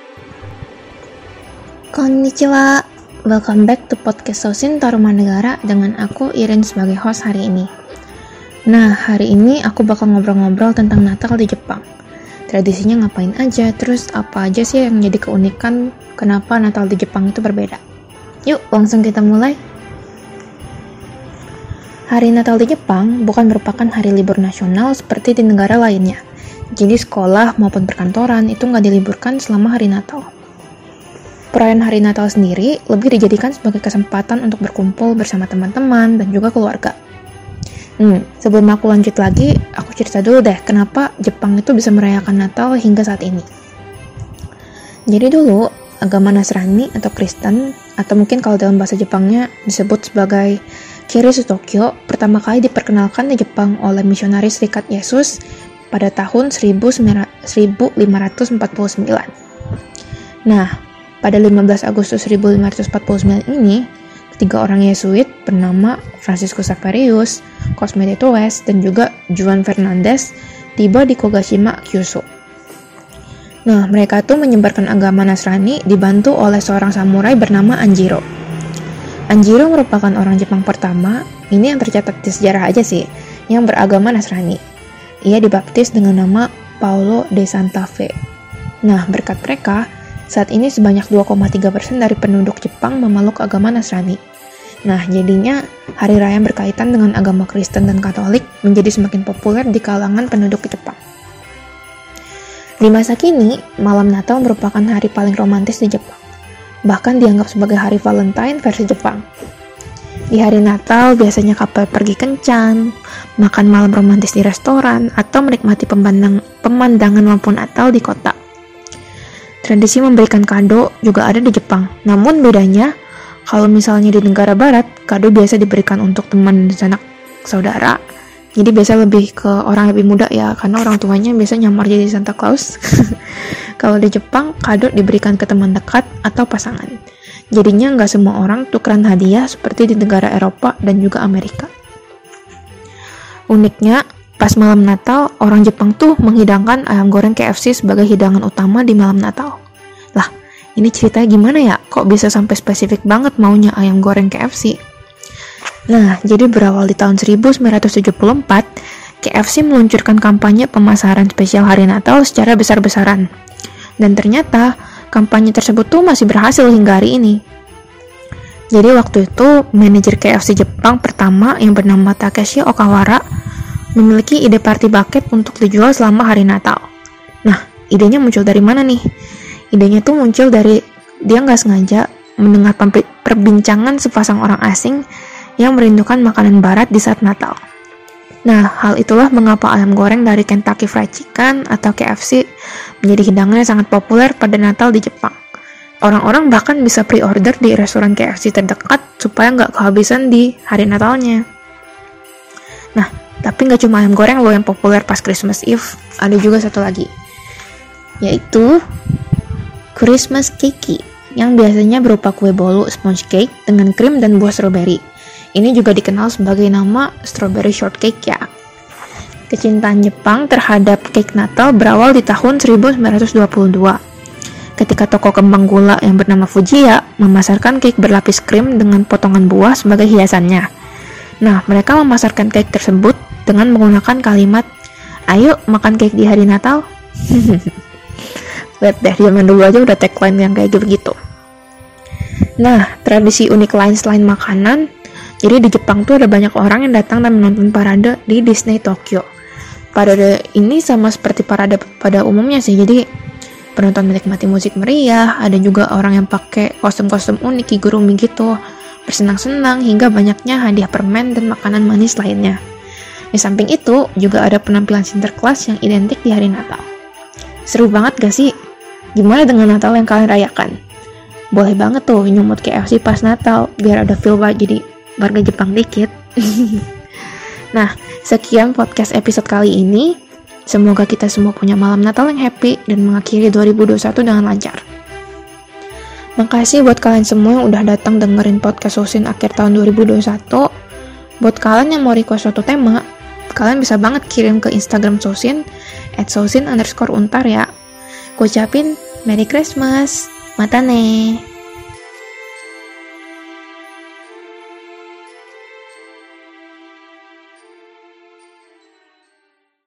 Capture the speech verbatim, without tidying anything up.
Konnichiwa, welcome back to podcast Sosin Tarumanegara dengan aku Irin sebagai host hari ini. Nah, hari ini aku bakal ngobrol-ngobrol tentang Natal di Jepang. Tradisinya ngapain aja, terus apa aja sih yang jadi keunikan kenapa Natal di Jepang itu berbeda. Yuk, langsung kita mulai. Hari Natal di Jepang bukan merupakan hari libur nasional seperti di negara lainnya. Jadi sekolah maupun perkantoran itu nggak diliburkan selama hari Natal. Perayaan hari Natal sendiri lebih dijadikan sebagai kesempatan untuk berkumpul bersama teman-teman dan juga keluarga. Hmm, sebelum aku lanjut lagi, aku cerita dulu deh kenapa Jepang itu bisa merayakan Natal hingga saat ini. Jadi dulu, agama Nasrani atau Kristen, atau mungkin kalau dalam bahasa Jepangnya disebut sebagai Kirisu Tokyo, pertama kali diperkenalkan di Jepang oleh misionaris Serikat Yesus pada tahun seribu lima ratus empat puluh sembilan. Nah, pada lima belas Agustus seribu lima ratus empat puluh sembilan ini, ketiga orang Yesuit bernama Franciscus Xaverius, Cosme de Toes, dan juga Juan Fernandez tiba di Kogashima, Kyushu. Nah, mereka tuh menyebarkan agama Nasrani dibantu oleh seorang samurai bernama Anjiro. Anjiro merupakan orang Jepang pertama, ini yang tercatat di sejarah aja sih, yang beragama Nasrani. Ia dibaptis dengan nama Paulo de Santa Fe. Nah, berkat mereka, saat ini sebanyak dua koma tiga persen dari penduduk Jepang memeluk agama Nasrani. Nah, jadinya hari raya yang berkaitan dengan agama Kristen dan Katolik menjadi semakin populer di kalangan penduduk Jepang. Di masa kini, malam Natal merupakan hari paling romantis di Jepang. Bahkan dianggap sebagai hari Valentine versi Jepang. Di hari Natal, biasanya couple pergi kencan, makan malam romantis di restoran, atau menikmati pemandang, pemandangan lampu Natal di kota. Tradisi memberikan kado juga ada di Jepang. Namun bedanya, kalau misalnya di negara barat, kado biasa diberikan untuk teman dan sanak saudara. Jadi biasa lebih ke orang lebih muda ya, karena orang tuanya biasa nyamar jadi Santa Claus. Kalau di Jepang, kado diberikan ke teman dekat atau pasangan. Jadinya nggak semua orang tukeran hadiah seperti di negara Eropa dan juga Amerika. Uniknya, pas malam Natal, orang Jepang tuh menghidangkan ayam goreng K F C sebagai hidangan utama di malam Natal. Lah, ini ceritanya gimana ya? Kok bisa sampai spesifik banget maunya ayam goreng K F C? Nah, jadi berawal di tahun seribu sembilan ratus tujuh puluh empat, K F C meluncurkan kampanye pemasaran spesial hari Natal secara besar-besaran. Dan ternyata, kampanye tersebut tuh masih berhasil hingga hari ini. Jadi waktu itu, manajer K F C Jepang pertama yang bernama Takeshi Okawara memiliki ide party bucket untuk dijual selama hari Natal. Nah, idenya muncul dari mana nih? Idenya tuh muncul dari dia nggak sengaja mendengar perbincangan sepasang orang asing yang merindukan makanan barat di saat Natal. Nah, hal itulah mengapa ayam goreng dari Kentucky Fried Chicken atau K F C menjadi hidangan yang sangat populer pada Natal di Jepang. Orang-orang bahkan bisa pre-order di restoran K F C terdekat supaya nggak kehabisan di hari Natalnya. Nah, tapi nggak cuma ayam goreng loh yang populer pas Christmas Eve, ada juga satu lagi, yaitu Christmas cake, yang biasanya berupa kue bolu sponge cake dengan krim dan buah stroberi. Ini juga dikenal sebagai nama strawberry shortcake ya. Kecintaan Jepang terhadap cake Natal berawal di tahun seribu sembilan ratus dua puluh dua, ketika toko kembang gula yang bernama Fujiya memasarkan cake berlapis krim dengan potongan buah sebagai hiasannya. Nah, mereka memasarkan cake tersebut dengan menggunakan kalimat, "Ayo makan cake di hari Natal." Lihat deh, zaman dulu aja udah tagline yang kayak gitu-gitu. Nah, tradisi unik lain selain makanan, jadi di Jepang tuh ada banyak orang yang datang dan menonton parade di Disney Tokyo. Parade ini sama seperti parade pada umumnya sih, jadi penonton menikmati musik meriah, ada juga orang yang pakai kostum-kostum unik kigurumi gitu, bersenang-senang hingga banyaknya hadiah permen dan makanan manis lainnya. Di samping itu, juga ada penampilan Sinterklas yang identik di hari Natal. Seru banget gak sih? Gimana dengan Natal yang kalian rayakan? Boleh banget tuh nyumut K F C pas Natal, biar ada feel banget jadi warga Jepang dikit. Nah, sekian podcast episode kali ini. Semoga kita semua punya malam Natal yang happy dan mengakhiri dua ribu dua puluh satu dengan lancar. Makasih buat kalian semua yang udah datang dengerin podcast Sosin akhir tahun dua ribu dua puluh satu. Buat kalian yang mau request suatu tema, kalian bisa banget kirim ke Instagram Sosin at sosin underscore untar ya. Gue ucapin Merry Christmas. Matane.